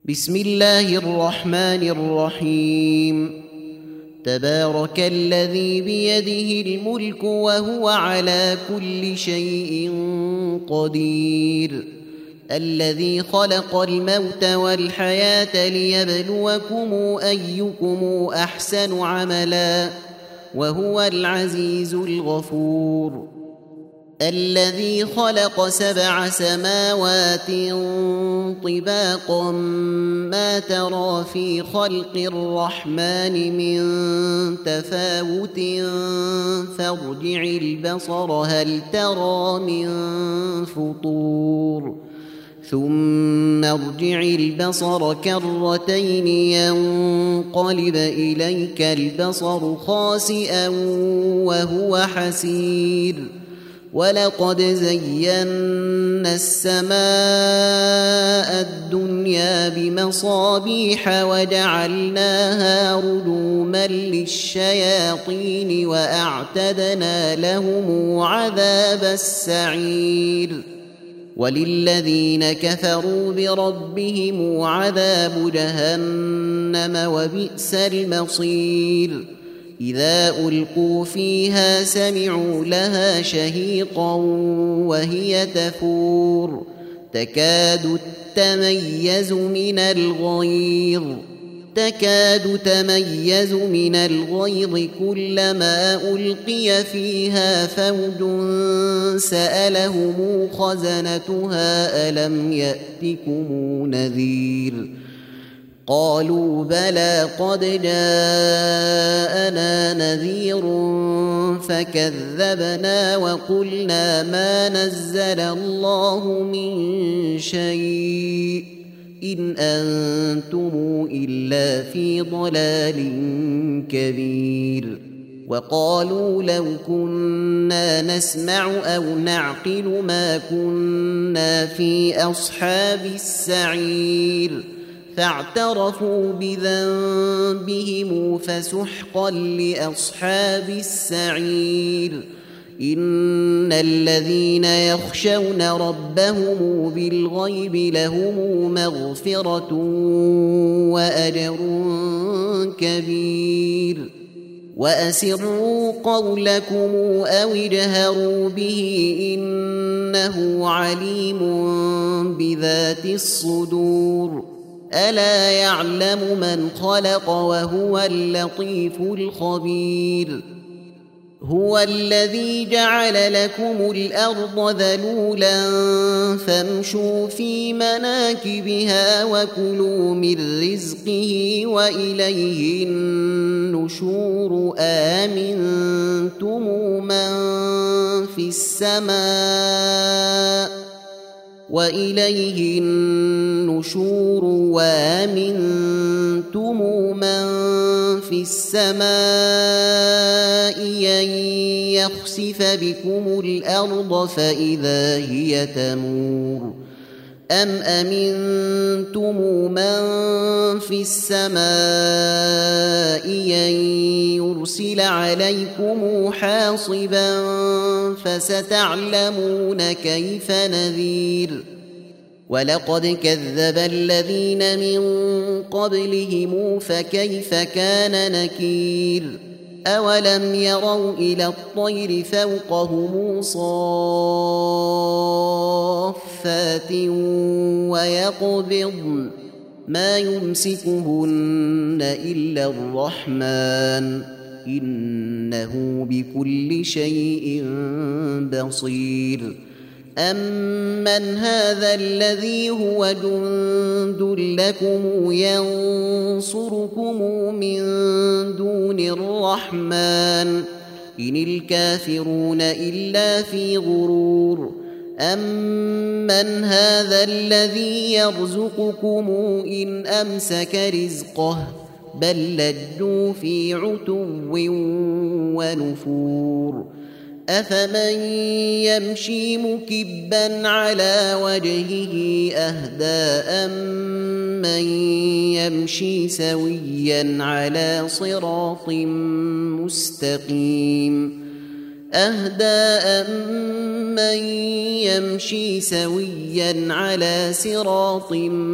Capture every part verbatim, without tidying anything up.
بسم الله الرحمن الرحيم. تبارك الذي بيده الملك وهو على كل شيء قدير، الذي خلق الموت والحياة ليبلوكم أيكم أحسن عملا وهو العزيز الغفور. الذي خلق سبع سماوات طباقا ما ترى في خلق الرحمن من تفاوت فارجع البصر هل ترى من فطور ثم ارجع البصر كرتين ينقلب إليك البصر خاسئا وهو حسير. ولقد زينا السماء الدنيا بمصابيح وجعلناها رجوما للشياطين وأعتدنا لهم عذاب السعير. وللذين كفروا بربهم عذاب جهنم وبئس المصير. إذا ألقوا فيها سمعوا لها شهيقا وهي تفور تكاد تميز من الغيظ تكاد تميز من الغيظ كلما ألقي فيها فوج سألهم خزنتها ألم يأتكم نذير قالوا بلى قد جاءنا نذير فكذبنا وقلنا ما نزل الله من شيء إن أنتم إلا في ضلال كبير. وقالوا لو كنا نسمع أو نعقل ما كنا في أصحاب السعير فاعترفوا بذنبهم فسحقا لأصحاب السعير. إن الذين يخشون ربهم بالغيب لهم مغفرة وأجر كبير. وأسروا قولكم أو اجهروا به إنه عليم بذات الصدور. ألا يعلم من خلق وهو اللطيف الخبير. هو الذي جعل لكم الأرض ذلولا فامشوا في مناكبها وكلوا من رزقه وإليه النشور. آمنتم من في السماء وإليه النشور وآمنتم من في السماء أن يخسف بكم الأرض فإذا هي تمور أم أمنتم من في السماء أن يرسل عليكم حاصبا فستعلمون كيف نذير. ولقد كذب الذين من قبلهم فكيف كان نكير. أولم يروا إلى الطير فوقهم صافات ويقبضن ما يمسكهن إلا الرحمن إنه بكل شيء بصير. أمن هذا الذي هو جند لكم ينصركم من دون الرحمن إن الكافرون إلا في غرور. أمن هذا الذي يرزقكم إن أمسك رزقه بل لجوا في عتو ونفور. أفمن يمشي مكبا على وجهه أهدى أمن يمشي سويا على صراط مستقيم. أهدى أمن يمشي سويا على صراط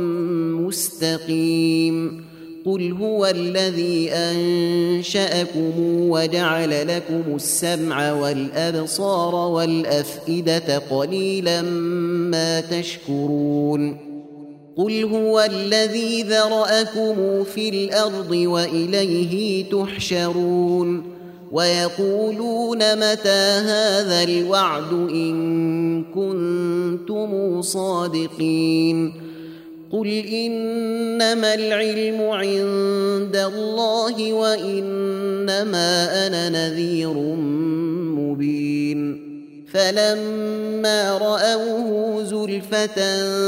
مستقيم قل هو الذي أنشأكم وجعل لكم السمع والأبصار والأفئدة قليلا ما تشكرون قل هو الذي ذرأكم في الأرض وإليه تحشرون ويقولون متى هذا الوعد إن كنتم صادقين قل إنما العلم عند الله وإنما أنا نذير مبين فلما رأوه زلفة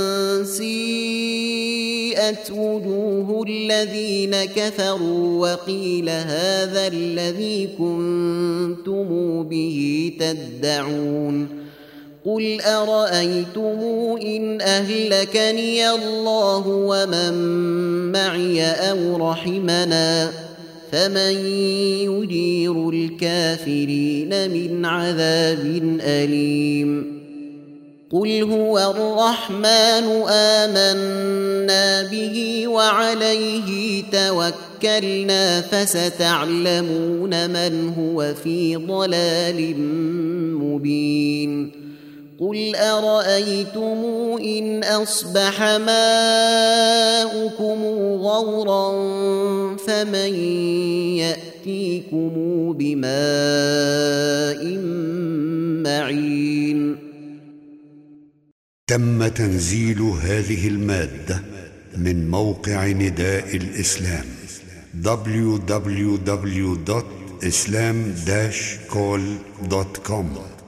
سيئت وجوه الذين كفروا وقيل هذا الذي كنتم به تدعون قل أرأيتم إن أهلكني الله ومن معي أو رحمنا فمن يجير الكافرين من عذاب أليم قل هو الرحمن آمنا به وعليه توكلنا فستعلمون من هو في ضلال مبين قل أرأيتم إن أصبح ماؤكم غورا فمن يأتيكم بماء معين. تم تنزيل هذه المادة من موقع نداء الإسلام دبليو دبليو دبليو دوت إسلام داش كول دوت كوم.